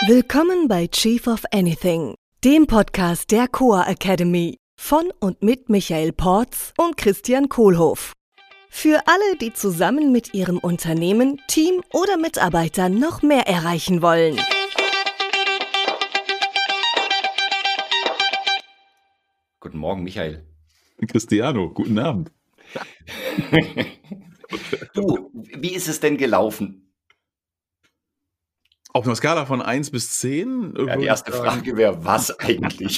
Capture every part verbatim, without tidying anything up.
Willkommen bei Chief of Anything, dem Podcast der Coa Academy von und mit Michael Porz und Christian Kohlhoff. Für alle, die zusammen mit ihrem Unternehmen, Team oder Mitarbeitern noch mehr erreichen wollen. Guten Morgen, Michael. Cristiano, guten Abend. Du, wie ist es denn gelaufen? Auf einer Skala von eins bis zehn? Ja, die erste Frage wäre, was eigentlich?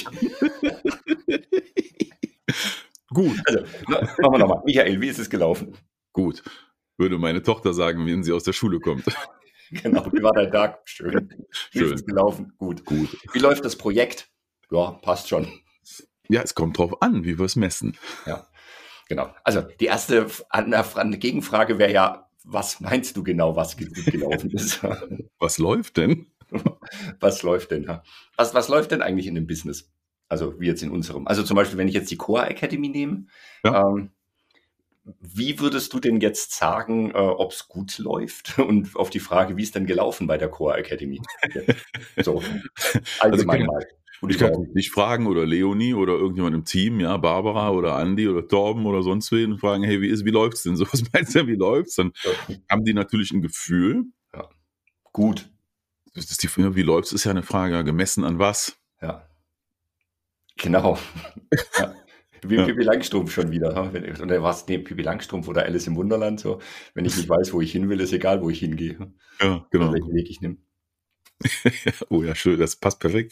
Gut. Also, machen wir nochmal. Michael, wie ist es gelaufen? Gut. Würde meine Tochter sagen, wenn sie aus der Schule kommt. Genau, wie war dein Tag? Schön. Wie Schön. ist es gelaufen? Gut. Gut. Wie läuft das Projekt? Ja, passt schon. Ja, es kommt drauf an, wie wir es messen. Ja, genau. Also die erste eine Gegenfrage wäre ja, was meinst du genau, was gut gelaufen ist? Was läuft denn? Was läuft denn? Was, was läuft denn eigentlich in dem Business? Also wie jetzt in unserem. Also zum Beispiel, wenn ich jetzt die Coa Academy nehme, Ja. ähm, wie würdest du denn jetzt sagen, äh, ob es gut läuft? Und auf die Frage, wie ist denn gelaufen bei der Coa Academy? So, allgemein Also, mal. Ich kann dich fragen oder Leonie oder irgendjemand im Team, ja, Barbara oder Andi oder Torben oder sonst wen und fragen, hey, wie ist, wie läuft's denn so? Was meinst du, wie läuft's? Dann Ja. haben die natürlich ein Gefühl. Ja. Gut. Das ist die, wie läuft's, ist ja eine Frage, gemessen an was? Ja. Genau. Ja. Wie Ja. Pippi Langstrumpf schon wieder. ha? Wenn- Oder was? Nee, Pippi Langstrumpf oder Alice im Wunderland. So. Wenn ich nicht weiß, wo ich hin will, ist egal, wo ich hingehe. Ja, Oder genau. welchen Weg ich nehme. Oh ja, schön, das passt perfekt.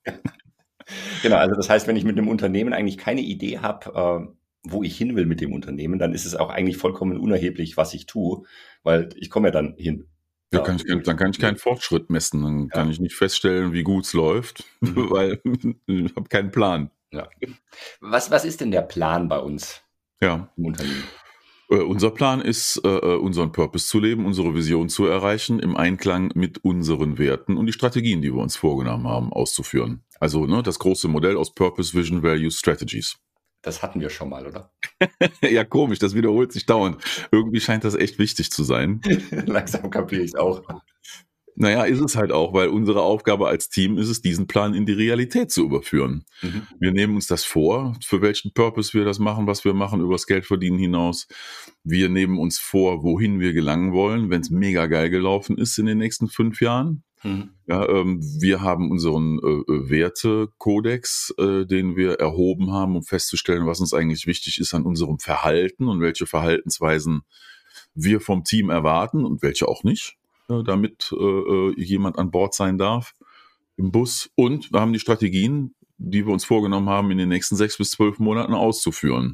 Genau, also das heißt, wenn ich mit einem Unternehmen eigentlich keine Idee habe, äh, wo ich hin will mit dem Unternehmen, dann ist es auch eigentlich vollkommen unerheblich, was ich tue, weil ich komme ja dann hin. Ja, Ja. kann ich, kein- dann kann ich keinen Fortschritt messen. Dann kann ich nicht feststellen, wie gut es läuft, Mhm. weil ich habe keinen Plan. Ja. Was, was ist denn der Plan bei uns Ja. im Unternehmen? Äh, unser Plan ist, äh, äh, unseren Purpose zu leben, unsere Vision zu erreichen, im Einklang mit unseren Werten und die Strategien, die wir uns vorgenommen haben, auszuführen. Also ne, das große Modell aus Purpose, Vision, Values, Strategies. Das hatten wir schon mal, oder? Ja, komisch, das wiederholt sich dauernd. Irgendwie scheint das echt wichtig zu sein. Langsam kapiere ich es auch. Naja, ist es halt auch, weil unsere Aufgabe als Team ist es, diesen Plan in die Realität zu überführen. Mhm. Wir nehmen uns das vor, für welchen Purpose wir das machen, was wir machen, übers Geldverdienen hinaus. Wir nehmen uns vor, wohin wir gelangen wollen, wenn es mega geil gelaufen ist in den nächsten fünf Jahren. Mhm. Ja, ähm, wir haben unseren äh, Wertekodex, äh, den wir erhoben haben, um festzustellen, was uns eigentlich wichtig ist an unserem Verhalten und welche Verhaltensweisen wir vom Team erwarten und welche auch nicht, äh, damit äh, äh, jemand an Bord sein darf im Bus. Und wir haben die Strategien, die wir uns vorgenommen haben, in den nächsten sechs bis zwölf Monaten auszuführen.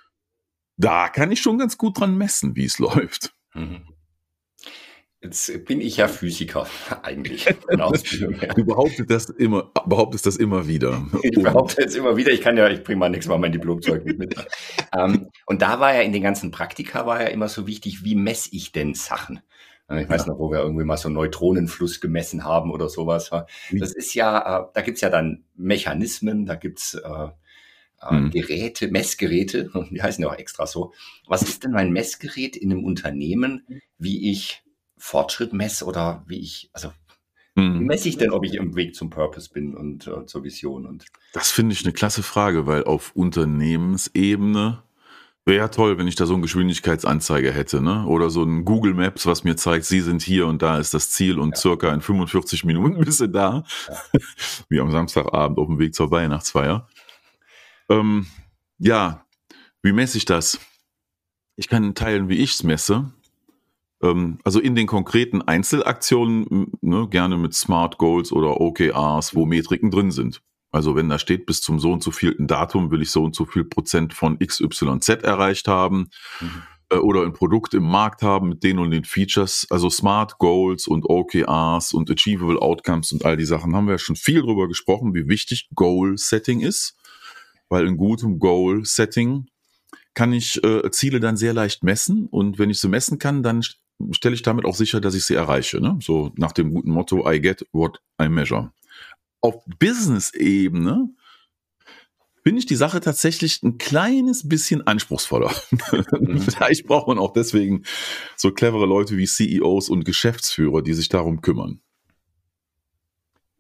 Da kann ich schon ganz gut dran messen, wie es läuft. Mhm. Jetzt bin ich ja Physiker eigentlich. Von Ausbildung her. Du behauptest das immer, behauptest das immer wieder. Ich behaupte jetzt immer wieder, ich kann ja, ich bringe mal nächstes Mal mein Diplomzeugnis mit. ähm, und da war ja in den ganzen Praktika war ja immer so wichtig, wie messe ich denn Sachen? Äh, Ich weiß noch, wo wir irgendwie mal so einen Neutronenfluss gemessen haben oder sowas. Das ist ja, äh, da gibt's ja dann Mechanismen, da gibt's äh, äh, Mhm. Geräte, Messgeräte, die heißen ja auch extra so. Was ist denn mein Messgerät in einem Unternehmen, wie ich Fortschritt messe oder wie ich, also wie Mhm. messe ich denn, ob ich im Weg zum Purpose bin und äh, zur Vision? Und Das finde ich eine klasse Frage, weil auf Unternehmensebene wäre ja toll, wenn ich da so einen Geschwindigkeitsanzeiger hätte, ne? Oder so ein Google Maps, was mir zeigt, Sie sind hier und da ist das Ziel und Ja. circa in fünfundvierzig Minuten bist du da. Ja. Wie am Samstagabend auf dem Weg zur Weihnachtsfeier. Ähm, ja, wie messe ich das? Ich kann teilen, wie ich es messe. Ähm, also in den konkreten Einzelaktionen, m, ne, gerne mit Smart Goals oder O K Rs, wo Metriken drin sind. Also wenn da steht, bis zum so und so vielten Datum will ich so und so viel Prozent von X Y Z erreicht haben Mhm. äh, oder ein Produkt im Markt haben mit den und den Features. Also Smart Goals und O K Rs und Achievable Outcomes und all die Sachen haben wir ja schon viel drüber gesprochen, wie wichtig Goal Setting ist. Weil in gutem Goal Setting kann ich äh, Ziele dann sehr leicht messen und wenn ich sie messen kann, dann st- stelle ich damit auch sicher, dass ich sie erreiche. Ne? So nach dem guten Motto, I get what I measure. Auf Business-Ebene finde ich die Sache tatsächlich ein kleines bisschen anspruchsvoller. Mhm. Vielleicht braucht man auch deswegen so clevere Leute wie C E Os und Geschäftsführer, die sich darum kümmern.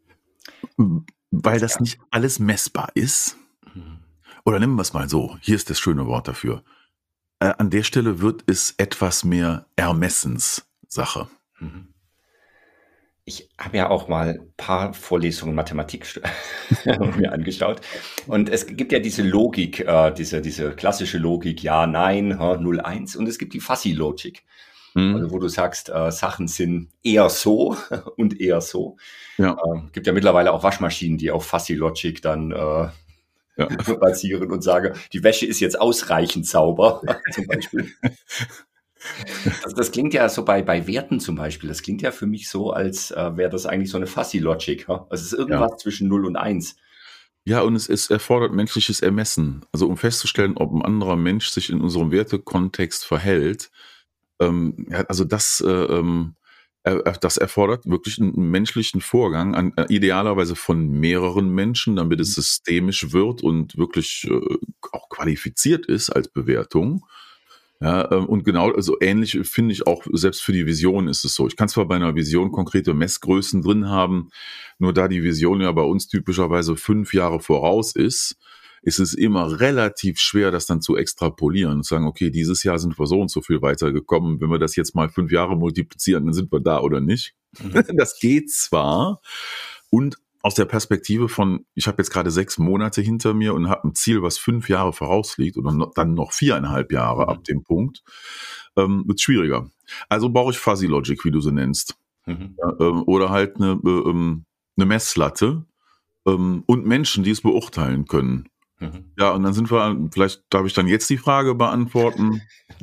Weil das nicht alles messbar ist. Oder nehmen wir es mal so, hier ist das schöne Wort dafür. Äh, an der Stelle wird es etwas mehr Ermessenssache. Ich habe ja auch mal ein paar Vorlesungen Mathematik mir angeschaut. Und es gibt ja diese Logik, äh, diese, diese klassische Logik, ja, nein, null, eins. Und es gibt die Fuzzy-Logik. Mhm. Also wo du sagst, äh, Sachen sind eher so und eher so. Ja. Äh, gibt ja mittlerweile auch Waschmaschinen, die auf Fuzzy-Logic dann äh, Ja. basieren und sagen, die Wäsche ist jetzt ausreichend sauber, zum Beispiel. Also das klingt ja so bei, bei Werten zum Beispiel, das klingt ja für mich so, als äh, wäre das eigentlich so eine Fuzzy-Logic. Ja? Also es ist irgendwas ja. zwischen null und eins. Ja, und es, es erfordert menschliches Ermessen. Also um festzustellen, ob ein anderer Mensch sich in unserem Wertekontext verhält. Ähm, ja, also das, äh, ähm, das erfordert wirklich einen menschlichen Vorgang, an, äh, idealerweise von mehreren Menschen, damit es systemisch wird und wirklich äh, auch qualifiziert ist als Bewertung. Ja, ähm, und genau, also ähnlich finde ich auch, selbst für die Vision ist es so. Ich kann zwar bei einer Vision konkrete Messgrößen drin haben, nur da die Vision ja bei uns typischerweise fünf Jahre voraus ist, ist es immer relativ schwer, das dann zu extrapolieren und sagen, okay, dieses Jahr sind wir so und so viel weitergekommen. Wenn wir das jetzt mal fünf Jahre multiplizieren, dann sind wir da oder nicht. Mhm. Das geht zwar. Und aus der Perspektive von, ich habe jetzt gerade sechs Monate hinter mir und habe ein Ziel, was fünf Jahre vorausliegt oder noch, dann noch viereinhalb Jahre mhm. ab dem Punkt, ähm, wird schwieriger. Also brauche ich Fuzzy Logic, wie du sie nennst. Mhm. Ja, ähm, oder halt eine, ähm, eine Messlatte ähm, und Menschen, die es beurteilen können. Mhm. Ja, und dann sind wir, vielleicht darf ich dann jetzt die Frage beantworten,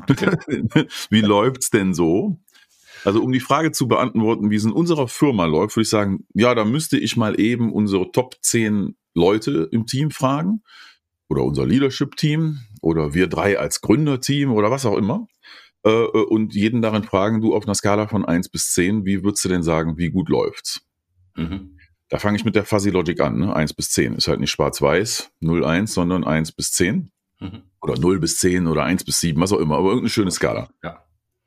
wie läuft's denn so? Also um die Frage zu beantworten, wie es in unserer Firma läuft, würde ich sagen, ja, da müsste ich mal eben unsere Top zehn Leute im Team fragen oder unser Leadership-Team oder wir drei als Gründerteam oder was auch immer äh, und jeden darin fragen, du auf einer Skala von eins bis zehn, wie würdest du denn sagen, wie gut läuft's? Mhm. Da fange ich mit der Fuzzy Logic an, ne? eins bis zehn. Ist halt nicht schwarz-weiß, null, eins, sondern eins bis zehn. Mhm. Oder null bis zehn oder eins bis sieben, was auch immer, aber irgendeine schöne Skala. Ja.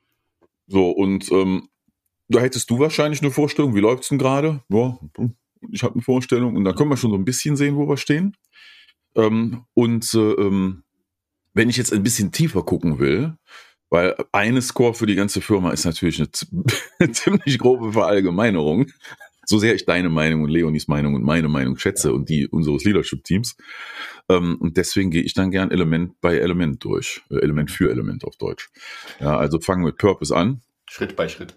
So, und ähm, da hättest du wahrscheinlich eine Vorstellung, wie läuft's denn gerade? Ja, ich habe eine Vorstellung und dann können wir schon so ein bisschen sehen, wo wir stehen. Ähm, und ähm, wenn ich jetzt ein bisschen tiefer gucken will, weil eine Score für die ganze Firma ist natürlich eine z- ziemlich grobe Verallgemeinerung, so sehr ich deine Meinung und Leonis Meinung und meine Meinung schätze ja. und die unseres Leadership-Teams. Ähm, und deswegen gehe ich dann gern Element bei Element durch. Äh, Element für Element auf Deutsch. Ja, also fangen wir mit Purpose an. Schritt bei Schritt.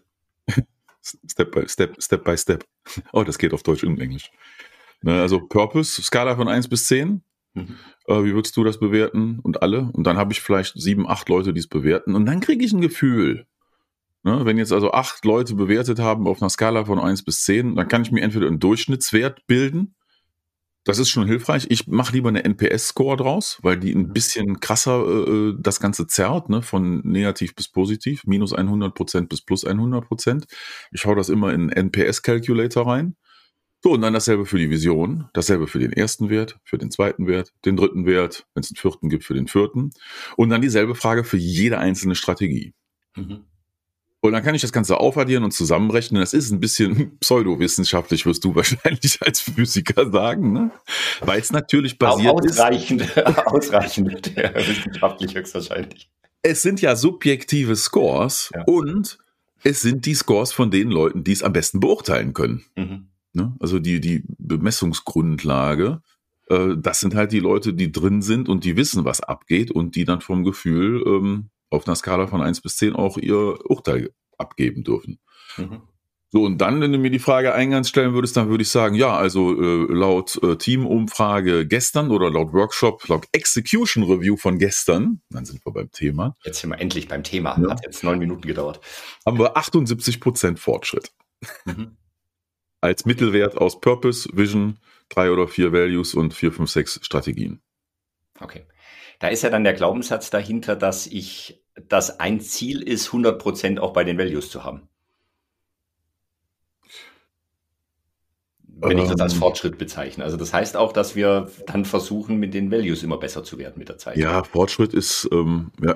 Step by Step, Step by Step. Oh, das geht auf Deutsch und Englisch. Ne, also Purpose, Skala von eins bis zehn. Mhm. Äh, wie würdest du das bewerten? Und alle? Und dann habe ich vielleicht sieben, acht Leute, die es bewerten. Und dann kriege ich ein Gefühl. Ne, wenn jetzt also acht Leute bewertet haben auf einer Skala von eins bis zehn, dann kann ich mir entweder einen Durchschnittswert bilden. Das ist schon hilfreich. Ich mache lieber eine N P S-Score draus, weil die ein bisschen krasser äh, das Ganze zerrt, ne, von negativ bis positiv, minus hundert Prozent bis plus hundert Prozent. Ich hau das immer in einen N P S-Calculator rein. So, und dann dasselbe für die Vision, dasselbe für den ersten Wert, für den zweiten Wert, den dritten Wert, wenn es einen vierten gibt, für den vierten. Und dann dieselbe Frage für jede einzelne Strategie. Mhm. Und dann kann ich das Ganze aufaddieren und zusammenrechnen. Das ist ein bisschen pseudowissenschaftlich, wirst du wahrscheinlich als Physiker sagen, ne? Weil es natürlich basiert ausreichend, ist. Ausreichend, ja, wissenschaftlich höchstwahrscheinlich. Es sind ja subjektive Scores ja. und es sind die Scores von den Leuten, die es am besten beurteilen können. Mhm. Ne? Also die, die Bemessungsgrundlage, äh, das sind halt die Leute, die drin sind und die wissen, was abgeht und die dann vom Gefühl ähm, auf einer Skala von eins bis zehn auch ihr Urteil abgeben dürfen. Mhm. So, und dann, wenn du mir die Frage eingangs stellen würdest, dann würde ich sagen, ja, also äh, laut äh, Teamumfrage gestern oder laut Workshop, laut Execution Review von gestern, dann sind wir beim Thema. Jetzt sind wir endlich beim Thema, ja. Hat jetzt neun Minuten gedauert. Haben wir achtundsiebzig Prozent Fortschritt. Mhm. Als Mittelwert aus Purpose, Vision, drei oder vier Values und vier, fünf, sechs Strategien. Okay. Da ist ja dann der Glaubenssatz dahinter, dass ich, dass ein Ziel ist, hundert Prozent auch bei den Values zu haben. wenn ich das als Fortschritt bezeichne. Also das heißt auch, dass wir dann versuchen, mit den Values immer besser zu werden mit der Zeit. Ja, Fortschritt ist, ähm, ja,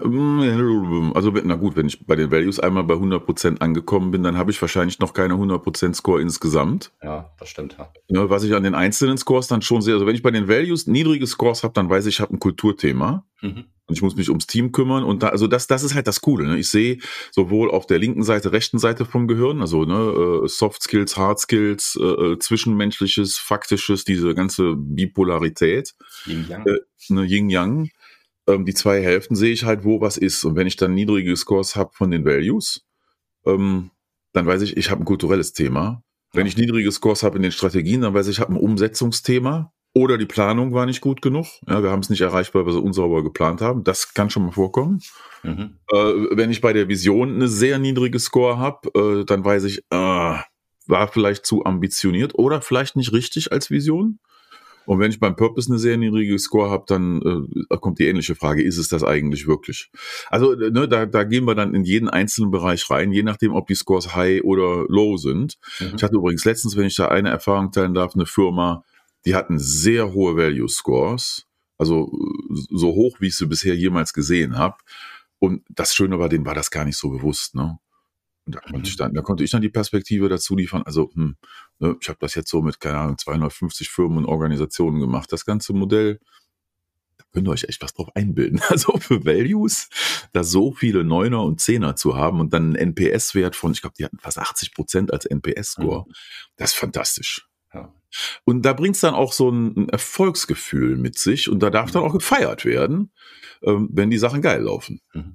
also na gut, wenn ich bei den Values einmal bei hundert Prozent angekommen bin, dann habe ich wahrscheinlich noch keine hundert Prozent Score insgesamt. Ja, das stimmt. Ja. Ja, was ich an den einzelnen Scores dann schon sehe, also wenn ich bei den Values niedrige Scores habe, dann weiß ich, ich habe ein Kulturthema. Mhm. Und ich muss mich ums Team kümmern und da, also das, das ist halt das Coole. Ne? Ich sehe sowohl auf der linken Seite, rechten Seite vom Gehirn, also ne, Soft Skills, Hard Skills, äh, Zwischenmenschliches, Faktisches, diese ganze Bipolarität, Yin-Yang, äh, ne, Yin-Yang, ähm, die zwei Hälften sehe ich halt, wo was ist. Und wenn ich dann niedrige Scores habe von den Values, ähm, dann weiß ich, ich habe ein kulturelles Thema. Wenn ich niedrige Scores habe in den Strategien, dann weiß ich, ich habe ein Umsetzungsthema. Oder die Planung war nicht gut genug. Ja, wir haben es nicht erreicht, weil wir so unsauber geplant haben. Das kann schon mal vorkommen. Mhm. Äh, wenn ich bei der Vision eine sehr niedrige Score habe, äh, dann weiß ich, äh, war vielleicht zu ambitioniert oder vielleicht nicht richtig als Vision. Und wenn ich beim Purpose eine sehr niedrige Score habe, dann äh, kommt die ähnliche Frage, ist es das eigentlich wirklich? Also ne, da, da gehen wir dann in jeden einzelnen Bereich rein, je nachdem, ob die Scores high oder low sind. Mhm. Ich hatte übrigens letztens, wenn ich da eine Erfahrung teilen darf, eine Firma, die hatten sehr hohe Value Scores, also so hoch, wie ich sie bisher jemals gesehen habe. Und das Schöne war, denen war das gar nicht so bewusst. Ne? Und da, mhm. konnte ich dann, da konnte ich dann die Perspektive dazu liefern. Also hm, ne, ich habe das jetzt so mit, keine Ahnung, zweihundertfünfzig Firmen und Organisationen gemacht. Das ganze Modell, da könnt ihr euch echt was drauf einbilden. Also für Values, da so viele Neuner und Zehner zu haben und dann einen N P S-Wert von, ich glaube, die hatten fast achtzig Prozent als N P S-Score. Mhm. Das ist fantastisch. Ja. Und da bringt es dann auch so ein Erfolgsgefühl mit sich und da darf dann auch gefeiert werden, ähm, wenn die Sachen geil laufen.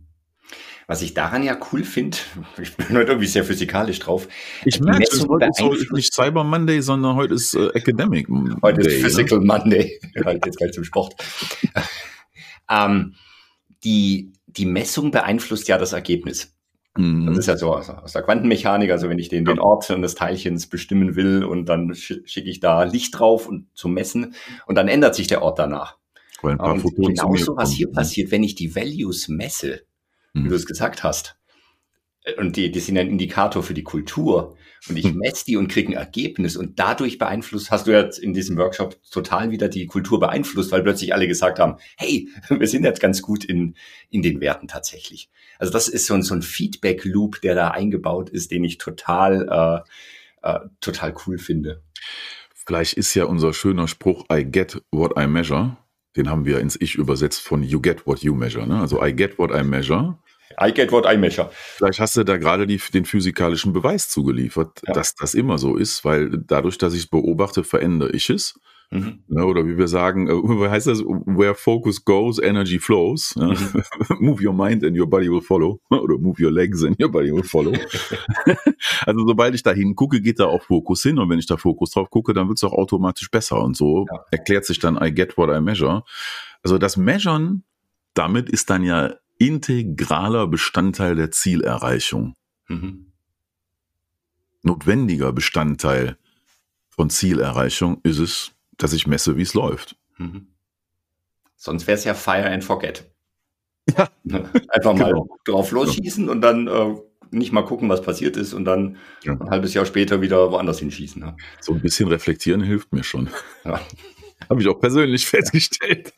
Was ich daran ja cool finde, ich bin heute irgendwie sehr physikalisch drauf. Ich merke, heute ist heute nicht Cyber Monday, sondern heute ist äh, Academic Monday. Heute ist Physical ne? Monday. Halt jetzt gleich zum Sport. ähm, die, die Messung beeinflusst ja das Ergebnis. Das ist ja so aus der Quantenmechanik, also wenn ich den, den Ort des Teilchens bestimmen will und dann schicke ich da Licht drauf und zum Messen und dann ändert sich der Ort danach. Und genauso, was hier passiert, wenn ich die Values messe, mhm. wie du es gesagt hast, und die, die sind ein Indikator für die Kultur und ich messe die und kriege ein Ergebnis und dadurch beeinflusst, hast du jetzt in diesem Workshop total wieder die Kultur beeinflusst, weil plötzlich alle gesagt haben, hey, wir sind jetzt ganz gut in, in den Werten tatsächlich. Also das ist so ein, so ein Feedback-Loop, der da eingebaut ist, den ich total, äh, äh, total cool finde. Vielleicht ist ja unser schöner Spruch, I get what I measure, den haben wir ins Ich übersetzt von you get what you measure, ne? Also I get what I measure. I get what I measure. Vielleicht hast du da gerade die, den physikalischen Beweis zugeliefert, ja. dass das immer so ist, weil dadurch, dass ich es beobachte, verändere ich es. Mhm. Ja, oder wie wir sagen, wie heißt das? Where focus goes, energy flows. Ja? Mhm. Move your mind and your body will follow. Oder move your legs and your body will follow. Also sobald ich da hingucke, geht da auch Fokus hin. Und wenn ich da Fokus drauf gucke, dann wird es auch automatisch besser. Und so ja. erklärt sich dann I get what I measure. Also das Measuren, damit ist dann ja integraler Bestandteil der Zielerreichung. Mhm. Notwendiger Bestandteil von Zielerreichung ist es, dass ich messe, wie es läuft. Mhm. Sonst wäre es ja Fire and Forget. Ja. Einfach mal genau. drauf losschießen ja. und dann äh, nicht mal gucken, was passiert ist und dann ja. ein halbes Jahr später wieder woanders hinschießen. Ja. So ein bisschen reflektieren hilft mir schon. Ja. Habe ich auch persönlich festgestellt.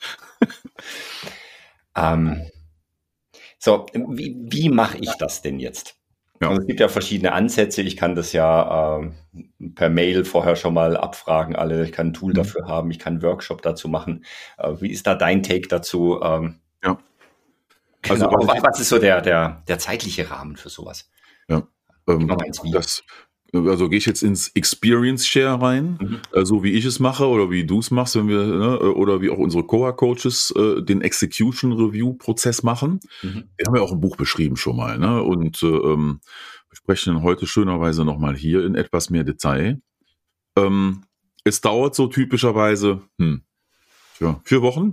ähm, so, wie, wie mache ich das denn jetzt? Ja. Also es gibt ja verschiedene Ansätze. Ich kann das ja äh, per Mail vorher schon mal abfragen, alle. Ich kann ein Tool mhm. dafür haben. Ich kann einen Workshop dazu machen. Äh, wie ist da dein Take dazu? Ähm, ja. Also genau, was, was ist so der, der, der zeitliche Rahmen für sowas? Ja. Ähm, das, also gehe ich jetzt ins Experience Share rein, mhm. äh, so wie ich es mache oder wie du es machst, wenn wir ne, oder wie auch unsere Coa-Coaches äh, den Execution Review Prozess machen. Mhm. Wir haben ja auch ein Buch beschrieben schon mal, ne? Und äh, ähm, wir sprechen heute schönerweise nochmal hier in etwas mehr Detail. Ähm, es dauert so typischerweise hm, ja, vier Wochen.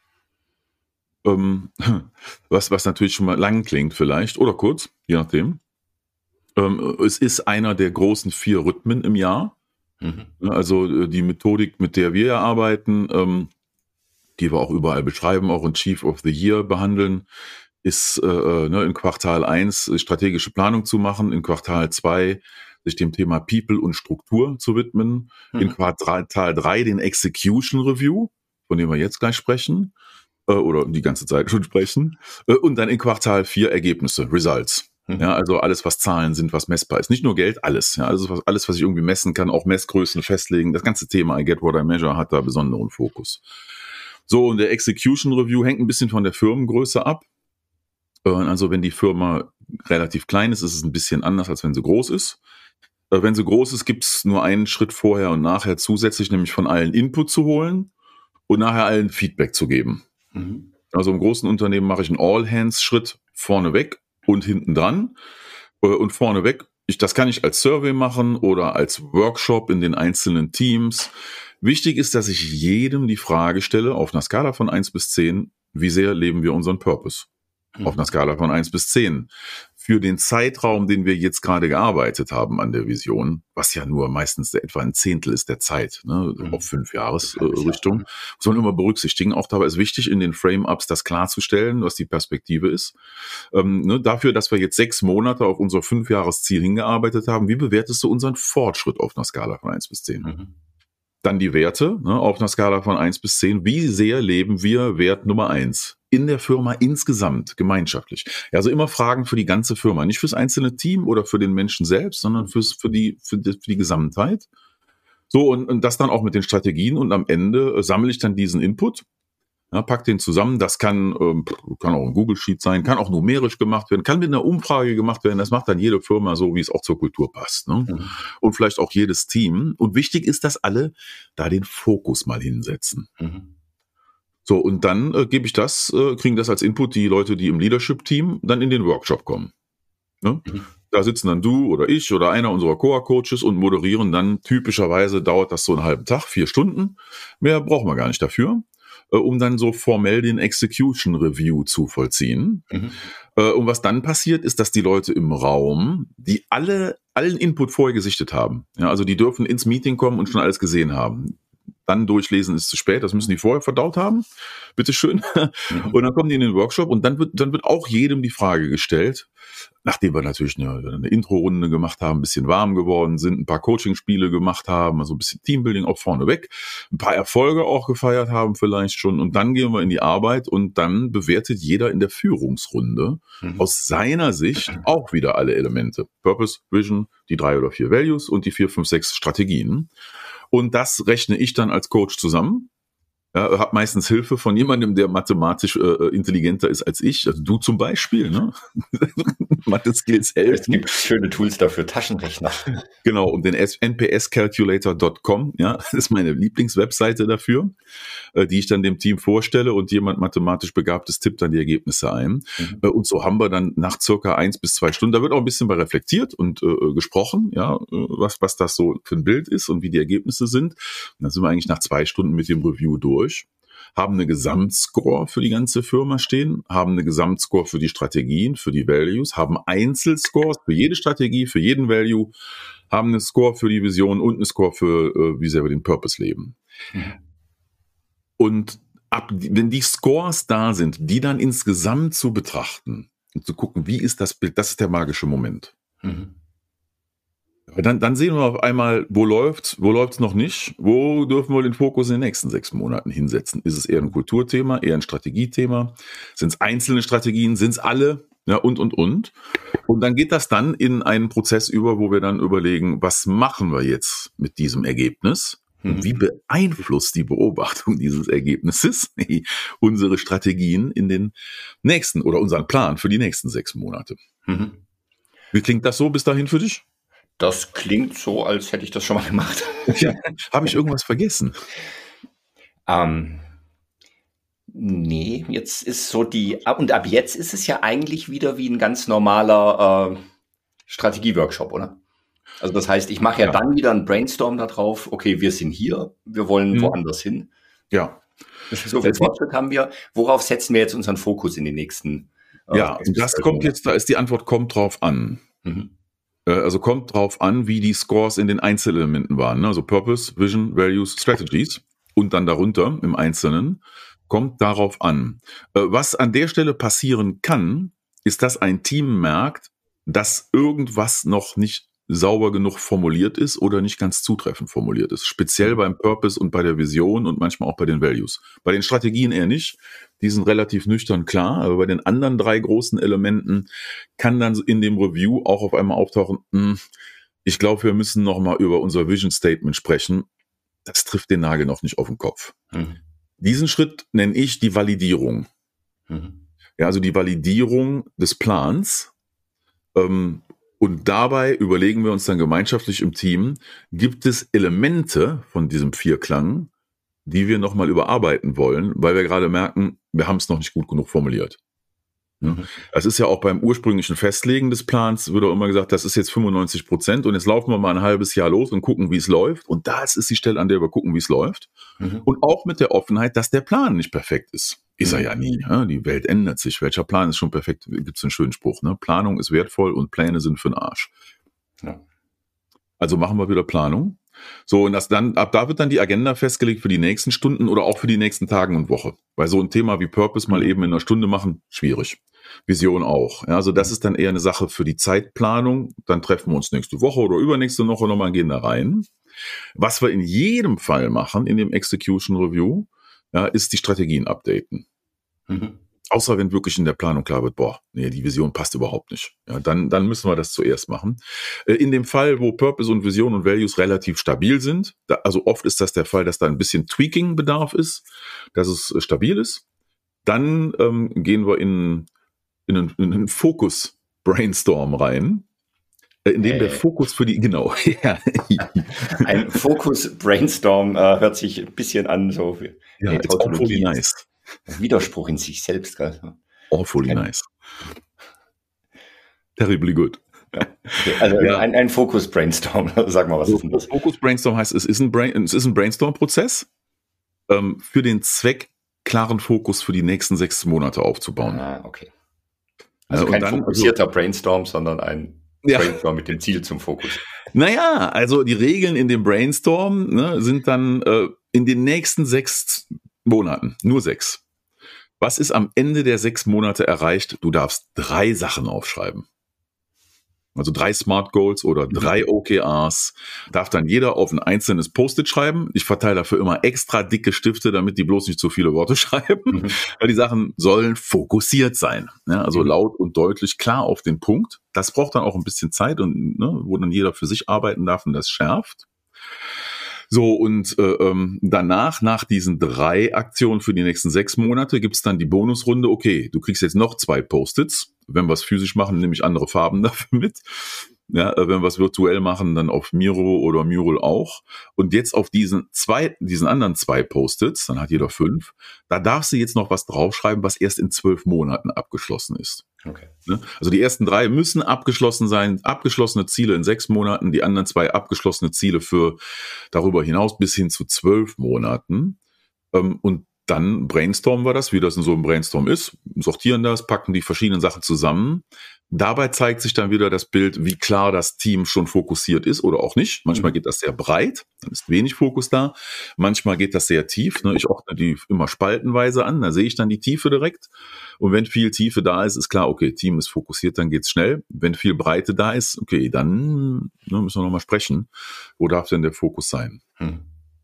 Ähm, was, was natürlich schon mal lang klingt vielleicht oder kurz, je nachdem. Ähm, es ist einer der großen vier Rhythmen im Jahr. Mhm. Also die Methodik, mit der wir arbeiten, ähm, die wir auch überall beschreiben, auch in Chief of the Year behandeln, ist äh, ne, in Quartal eins strategische Planung zu machen, in Quartal zwei sich dem Thema People und Struktur zu widmen. Mhm. In Quartal drei den Execution Review, von dem wir jetzt gleich sprechen, äh, oder die ganze Zeit schon sprechen. Äh, und dann in Quartal vier Ergebnisse, Results. Mhm. Ja, also alles, was Zahlen sind, was messbar ist. Nicht nur Geld, alles. Ja, also was, alles, was ich irgendwie messen kann, auch Messgrößen festlegen. Das ganze Thema I Get What I Measure hat da besonderen Fokus. So, und der Execution Review hängt ein bisschen von der Firmengröße ab. Also wenn die Firma relativ klein ist, ist es ein bisschen anders, als wenn sie groß ist. Wenn sie groß ist, gibt es nur einen Schritt vorher und nachher zusätzlich, nämlich von allen Input zu holen und nachher allen Feedback zu geben. Mhm. Also im großen Unternehmen mache ich einen All-Hands-Schritt vorneweg und hinten dran. Und vorneweg, ich, das kann ich als Survey machen oder als Workshop in den einzelnen Teams. Wichtig ist, dass ich jedem die Frage stelle, auf einer Skala von eins bis zehn, wie sehr leben wir unseren Purpose? Mhm. Auf einer Skala von eins bis zehn. Für den Zeitraum, den wir jetzt gerade gearbeitet haben an der Vision, was ja nur meistens etwa ein Zehntel ist der Zeit, ne, mhm. auf fünf Jahresrichtung, äh, muss man immer berücksichtigen. Auch dabei ist wichtig, in den Frame-Ups das klarzustellen, was die Perspektive ist. Ähm, ne, dafür, dass wir jetzt sechs Monate auf unser Fünfjahresziel hingearbeitet haben, wie bewertest du unseren Fortschritt auf einer Skala von eins bis zehn? Mhm. Dann die Werte, ne, auf einer Skala von eins bis zehn. Wie sehr leben wir Wert Nummer eins in der Firma insgesamt, gemeinschaftlich? Ja, also immer Fragen für die ganze Firma, nicht fürs einzelne Team oder für den Menschen selbst, sondern fürs, für, die, für, die, für die Gesamtheit. So, und, und das dann auch mit den Strategien. Und am Ende äh, sammle ich dann diesen Input, ja, pack den zusammen. Das kann, ähm, kann auch ein Google Sheet sein, kann auch numerisch gemacht werden, kann mit einer Umfrage gemacht werden. Das macht dann jede Firma so, wie es auch zur Kultur passt. Ne? Mhm. Und vielleicht auch jedes Team. Und wichtig ist, dass alle da den Fokus mal hinsetzen. Mhm. So, und dann äh, gebe ich das, äh, kriegen das als Input die Leute, die im Leadership-Team dann in den Workshop kommen. Ne? Mhm. Da sitzen dann du oder ich oder einer unserer Core-Coaches und moderieren dann. Typischerweise dauert das so einen halben Tag, vier Stunden. Mehr brauchen wir gar nicht dafür, äh, um dann so formell den Execution Review zu vollziehen. Mhm. Äh, und was dann passiert, ist, dass die Leute im Raum, die alle allen Input vorher gesichtet haben, ja, also die dürfen ins Meeting kommen und schon alles gesehen haben. Dann durchlesen ist zu spät, das müssen die vorher verdaut haben, bitteschön. Mhm. Und dann kommen die in den Workshop und dann wird, dann wird auch jedem die Frage gestellt, nachdem wir natürlich eine, eine Intro-Runde gemacht haben, ein bisschen warm geworden sind, ein paar Coaching-Spiele gemacht haben, also ein bisschen Teambuilding auch vorneweg, ein paar Erfolge auch gefeiert haben vielleicht schon, und dann gehen wir in die Arbeit und dann bewertet jeder in der Führungsrunde mhm. aus seiner Sicht auch wieder alle Elemente. Purpose, Vision, die drei oder vier Values und die vier, fünf, sechs Strategien. Und das rechne ich dann als Coach zusammen. Ja, habe meistens Hilfe von jemandem, der mathematisch äh, intelligenter ist als ich. Also du zum Beispiel. Ne? Mathe-Skills helfen. Es gibt schöne Tools dafür, Taschenrechner. Genau, und den N P S calculator dot com, ja, das ist meine Lieblingswebseite dafür, äh, die ich dann dem Team vorstelle, und jemand mathematisch Begabtes tippt dann die Ergebnisse ein. Mhm. Äh, und so haben wir dann nach circa eins bis zwei Stunden, da wird auch ein bisschen bei reflektiert und äh, gesprochen, ja, äh, was, was das so für ein Bild ist und wie die Ergebnisse sind. Und dann sind wir eigentlich nach zwei Stunden mit dem Review durch. Haben eine Gesamtscore für die ganze Firma stehen, haben eine Gesamtscore für die Strategien, für die Values, haben Einzelscores für jede Strategie, für jeden Value, haben eine Score für die Vision und eine Score für, äh, wie sehr wir den Purpose leben. Mhm. Und ab, wenn die Scores da sind, die dann insgesamt zu betrachten und zu gucken, wie ist das Bild, das ist der magische Moment. Mhm. Dann, dann sehen wir auf einmal, wo läuft's, wo läuft's noch nicht, wo dürfen wir den Fokus in den nächsten sechs Monaten hinsetzen. Ist es eher ein Kulturthema, eher ein Strategiethema? Sind es einzelne Strategien, sind es alle? Ja, und, und, und. Und dann geht das dann in einen Prozess über, wo wir dann überlegen, was machen wir jetzt mit diesem Ergebnis? Und wie beeinflusst die Beobachtung dieses Ergebnisses unsere Strategien in den nächsten oder unseren Plan für die nächsten sechs Monate? Mhm. Wie klingt das so bis dahin für dich? Das klingt so, als hätte ich das schon mal gemacht. Ja, habe ich irgendwas vergessen? Ähm, nee, jetzt ist so die, und ab jetzt ist es ja eigentlich wieder wie ein ganz normaler äh, Strategieworkshop, oder? Also das heißt, ich mache ja, ja dann wieder einen Brainstorm da drauf, okay, wir sind hier, wir wollen mhm. woanders hin. Ja. So viel Fortschritt haben wir. Worauf setzen wir jetzt unseren Fokus in den nächsten äh, Ja, und das kommt jetzt, da ist die Antwort, kommt drauf an. Mhm. Also kommt drauf an, wie die Scores in den Einzelelementen waren. Also Purpose, Vision, Values, Strategies und dann darunter im Einzelnen. Kommt darauf an. Was an der Stelle passieren kann, ist, dass ein Team merkt, dass irgendwas noch nicht sauber genug formuliert ist oder nicht ganz zutreffend formuliert ist. Speziell beim Purpose und bei der Vision und manchmal auch bei den Values. Bei den Strategien eher nicht. Die sind relativ nüchtern klar, aber bei den anderen drei großen Elementen kann dann in dem Review auch auf einmal auftauchen, mh, ich glaube, wir müssen noch mal über unser Vision Statement sprechen. Das trifft den Nagel noch nicht auf den Kopf. Mhm. Diesen Schritt nenne ich die Validierung. Mhm. Ja, also die Validierung des Plans. Ähm, und dabei überlegen wir uns dann gemeinschaftlich im Team, gibt es Elemente von diesem Vierklang, die wir nochmal überarbeiten wollen, weil wir gerade merken, wir haben es noch nicht gut genug formuliert. Mhm. Das ist ja auch beim ursprünglichen Festlegen des Plans, wird auch immer gesagt, das ist jetzt fünfundneunzig Prozent und jetzt laufen wir mal ein halbes Jahr los und gucken, wie es läuft. Und das ist die Stelle, an der wir gucken, wie es läuft. Mhm. Und auch mit der Offenheit, dass der Plan nicht perfekt ist. Ist er ja nie. Ja? Die Welt ändert sich. Welcher Plan ist schon perfekt? Gibt es einen schönen Spruch. Ne? Planung ist wertvoll und Pläne sind für den Arsch. Ja. Also machen wir wieder Planung. So, und das dann, ab da wird dann die Agenda festgelegt für die nächsten Stunden oder auch für die nächsten Tagen und Woche. Weil so ein Thema wie Purpose mal eben in einer Stunde machen, schwierig. Vision auch. Ja, also das ist dann eher eine Sache für die Zeitplanung. Dann treffen wir uns nächste Woche oder übernächste Woche nochmal und gehen da rein. Was wir in jedem Fall machen in dem Execution Review, ja, ist die Strategien updaten. Mhm. Außer wenn wirklich in der Planung klar wird, boah, nee, die Vision passt überhaupt nicht. Ja, dann, dann müssen wir das zuerst machen. In dem Fall, wo Purpose und Vision und Values relativ stabil sind, da, also oft ist das der Fall, dass da ein bisschen Tweaking-Bedarf ist, dass es stabil ist, dann ähm, gehen wir in, in einen, in einen Fokus-Brainstorm rein, in dem äh, der Fokus für die, genau. Ja. Ein Fokus-Brainstorm äh, hört sich ein bisschen an, so wie ja, it's awfully nice. Widerspruch in sich selbst. Gell? Awfully Kein nice. Terribly good. Ja, okay. Also ja. ein, ein Fokus-Brainstorm, sag mal, was also, ist denn das? Fokus-Brainstorm heißt, es ist ein, Brain, es ist ein Brainstorm-Prozess ähm, für den Zweck, klaren Fokus für die nächsten sechs Monate aufzubauen. Ah, okay. Also ja, kein dann, fokussierter also, Brainstorm, sondern ein ja. Brainstorm mit dem Ziel zum Fokus. Naja, also die Regeln in dem Brainstorm ne, sind dann äh, in den nächsten sechs Monaten, nur sechs. Was ist am Ende der sechs Monate erreicht? Du darfst drei Sachen aufschreiben. Also drei Smart Goals oder drei O K Rs. Darf dann jeder auf ein einzelnes Post-it schreiben. Ich verteile dafür immer extra dicke Stifte, damit die bloß nicht zu viele Worte schreiben. Mhm. Weil die Sachen sollen fokussiert sein. Ja, also mhm. laut und deutlich, klar auf den Punkt. Das braucht dann auch ein bisschen Zeit und ne, wo dann jeder für sich arbeiten darf und das schärft. So, und äh, ähm, danach, nach diesen drei Aktionen für die nächsten sechs Monate, gibt's dann die Bonusrunde. Okay, du kriegst jetzt noch zwei Post-its. Wenn wir es physisch machen, nehme ich andere Farben dafür mit. Ja, wenn wir es virtuell machen, dann auf Miro oder Mural auch. Und jetzt auf diesen zwei, diesen anderen zwei Post-its, dann hat jeder fünf, da darfst du jetzt noch was draufschreiben, was erst in zwölf Monaten abgeschlossen ist. Okay. Also die ersten drei müssen abgeschlossen sein, abgeschlossene Ziele in sechs Monaten, die anderen zwei abgeschlossene Ziele für darüber hinaus bis hin zu zwölf Monaten. Und dann brainstormen wir das, wie das in so einem Brainstorm ist, sortieren das, packen die verschiedenen Sachen zusammen. Dabei zeigt sich dann wieder das Bild, wie klar das Team schon fokussiert ist oder auch nicht. Manchmal geht das sehr breit, dann ist wenig Fokus da. Manchmal geht das sehr tief. Ich ordne die immer spaltenweise an, da sehe ich dann die Tiefe direkt. Und wenn viel Tiefe da ist, ist klar, okay, Team ist fokussiert, dann geht's schnell. Wenn viel Breite da ist, okay, dann ne, müssen wir nochmal sprechen. Wo darf denn der Fokus sein? Hm.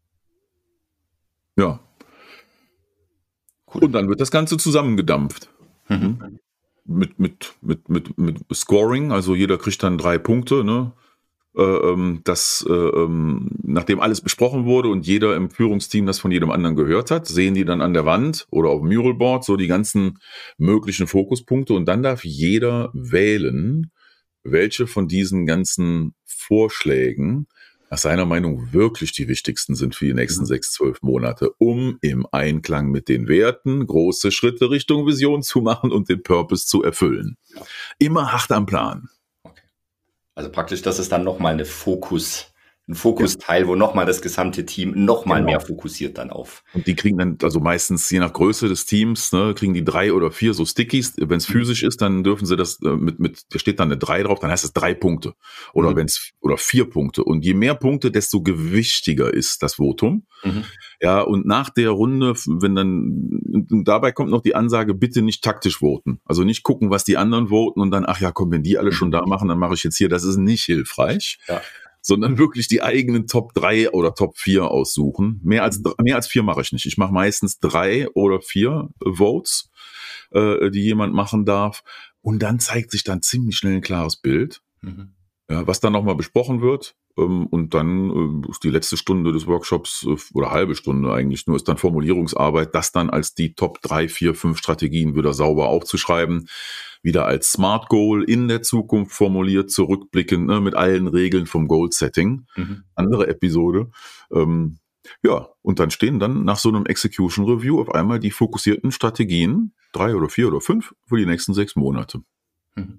Ja. Cool. Und dann wird das Ganze zusammengedampft. Mhm. Mit, mit, mit, mit, mit Scoring, also jeder kriegt dann drei Punkte, ne? Äh, das, äh, nachdem alles besprochen wurde und jeder im Führungsteam das von jedem anderen gehört hat, sehen die dann an der Wand oder auf dem Muralboard so die ganzen möglichen Fokuspunkte und dann darf jeder wählen, welche von diesen ganzen Vorschlägen nach seiner Meinung wirklich die wichtigsten sind für die nächsten sechs, zwölf Monate, um im Einklang mit den Werten große Schritte Richtung Vision zu machen und den Purpose zu erfüllen. Immer hart am Plan. Okay. Also praktisch, das ist dann nochmal eine Fokus, ein Fokusteil, wo nochmal das gesamte Team nochmal Genau. mehr fokussiert dann auf. Und die kriegen dann, also meistens je nach Größe des Teams, ne, kriegen die drei oder vier so Stickies. Wenn es physisch ist, dann dürfen sie das äh, mit, mit, da steht dann eine drei drauf, dann heißt es drei Punkte. Oder Mhm. wenn es, oder vier Punkte. Und je mehr Punkte, desto gewichtiger ist das Votum. Mhm. Ja, und nach der Runde, wenn dann, dabei kommt noch die Ansage, bitte nicht taktisch voten. Also nicht gucken, was die anderen voten und dann, ach ja, komm, wenn die alle schon da machen, dann mache ich jetzt hier. Das ist nicht hilfreich. Ja. Sondern wirklich die eigenen Top drei oder Top vier aussuchen. Mehr als, mehr als vier mache ich nicht. Ich mache meistens drei oder vier Votes, äh, die jemand machen darf. Und dann zeigt sich dann ziemlich schnell ein klares Bild, Mhm. ja, was dann nochmal besprochen wird. Ähm, und dann äh, ist die letzte Stunde des Workshops äh, oder halbe Stunde eigentlich nur, ist dann Formulierungsarbeit, das dann als die Top drei, vier, fünf Strategien wieder sauber aufzuschreiben. Wieder als Smart Goal in der Zukunft formuliert, zurückblickend, ne, mit allen Regeln vom Goal-Setting. Mhm. Andere Episode. Ähm, ja, und dann stehen dann nach so einem Execution Review auf einmal die fokussierten Strategien, drei oder vier oder fünf, für die nächsten sechs Monate. Mhm.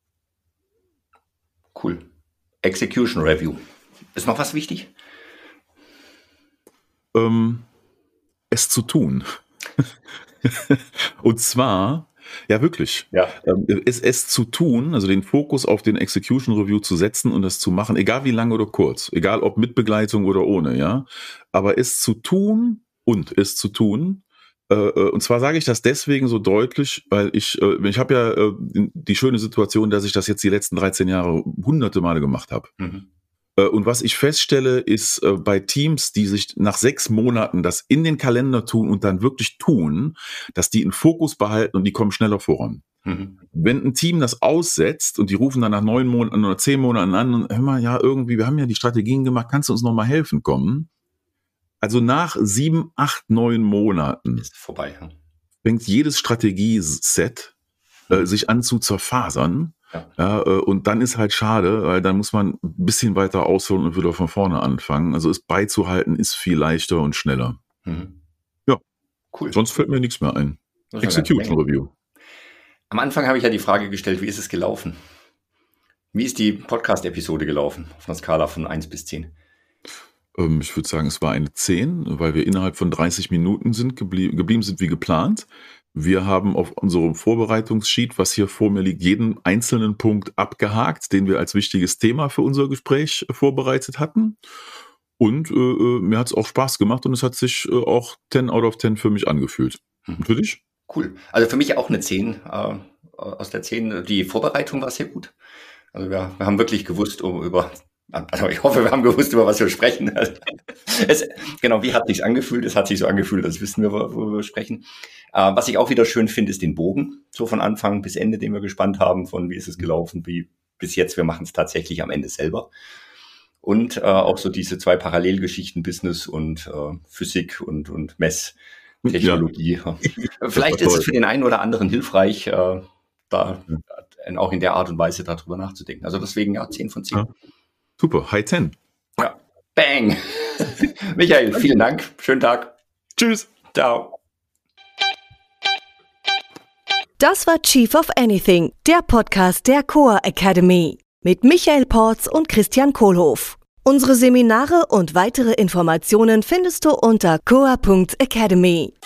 Cool. Execution Review. Ist noch was wichtig? Ähm, es zu tun. Und zwar, ja wirklich, Ja. ähm, es, es zu tun, also den Fokus auf den Execution Review zu setzen und das zu machen, egal wie lang oder kurz, egal ob mit Begleitung oder ohne, ja, aber es zu tun und es zu tun, äh, und zwar sage ich das deswegen so deutlich, weil ich, äh, ich habe ja äh, die schöne Situation, dass ich das jetzt die letzten dreizehn Jahre hunderte Male gemacht habe. Mhm. Und was ich feststelle, ist äh, bei Teams, die sich nach sechs Monaten das in den Kalender tun und dann wirklich tun, dass die einen Fokus behalten und die kommen schneller voran. Mhm. Wenn ein Team das aussetzt und die rufen dann nach neun Monaten oder zehn Monaten an und hör mal, ja, irgendwie, wir haben ja die Strategien gemacht, kannst du uns noch mal helfen kommen? Also nach sieben, acht, neun Monaten Ist vorbei. Ja. fängt jedes Strategieset äh, sich an zu zerfasern. Ja. Ja, äh, und dann ist halt schade, weil dann muss man ein bisschen weiter ausholen und wieder von vorne anfangen. Also es beizuhalten ist viel leichter und schneller. Mhm. Ja. Cool. Sonst fällt mir nichts mehr ein. Das ist eine Execution ganze Menge. Review. Am Anfang habe ich ja die Frage gestellt, wie ist es gelaufen? Wie ist die Podcast-Episode gelaufen auf einer Skala von eins bis zehn? Ähm, ich würde sagen, es war eine zehn, weil wir innerhalb von dreißig Minuten sind geblie- geblieben sind wie geplant. Wir haben auf unserem Vorbereitungssheet, was hier vor mir liegt, jeden einzelnen Punkt abgehakt, den wir als wichtiges Thema für unser Gespräch vorbereitet hatten. Und äh, mir hat es auch Spaß gemacht und es hat sich äh, auch zehn out of zehn für mich angefühlt. Hm. Und für dich? Cool. Also für mich auch eine zehn. Äh, aus der zehn. Die Vorbereitung war sehr gut. Also wir, wir haben wirklich gewusst, um über, also ich hoffe, wir haben gewusst, über was wir sprechen. Es, genau, wie hat sich's angefühlt? Es hat sich so angefühlt, als wissen wir, worüber wir sprechen. Äh, was ich auch wieder schön finde, ist den Bogen, so von Anfang bis Ende, den wir gespannt haben, von wie ist es gelaufen, wie bis jetzt, wir machen es tatsächlich am Ende selber. Und äh, auch so diese zwei Parallelgeschichten, Business und äh, Physik und, und Messtechnologie. Ja. Vielleicht ist es für den einen oder anderen hilfreich, äh, da äh, auch in der Art und Weise darüber nachzudenken. Also deswegen ja, zehn von zehn. Ja. Super, High zehn. Ja. Bang! Michael, vielen Dank. Schönen Tag. Tschüss. Ciao. Das war Chief of Anything, der Podcast der Coa Academy mit Michael Porz und Christian Kohlhoff. Unsere Seminare und weitere Informationen findest du unter coa punkt academy.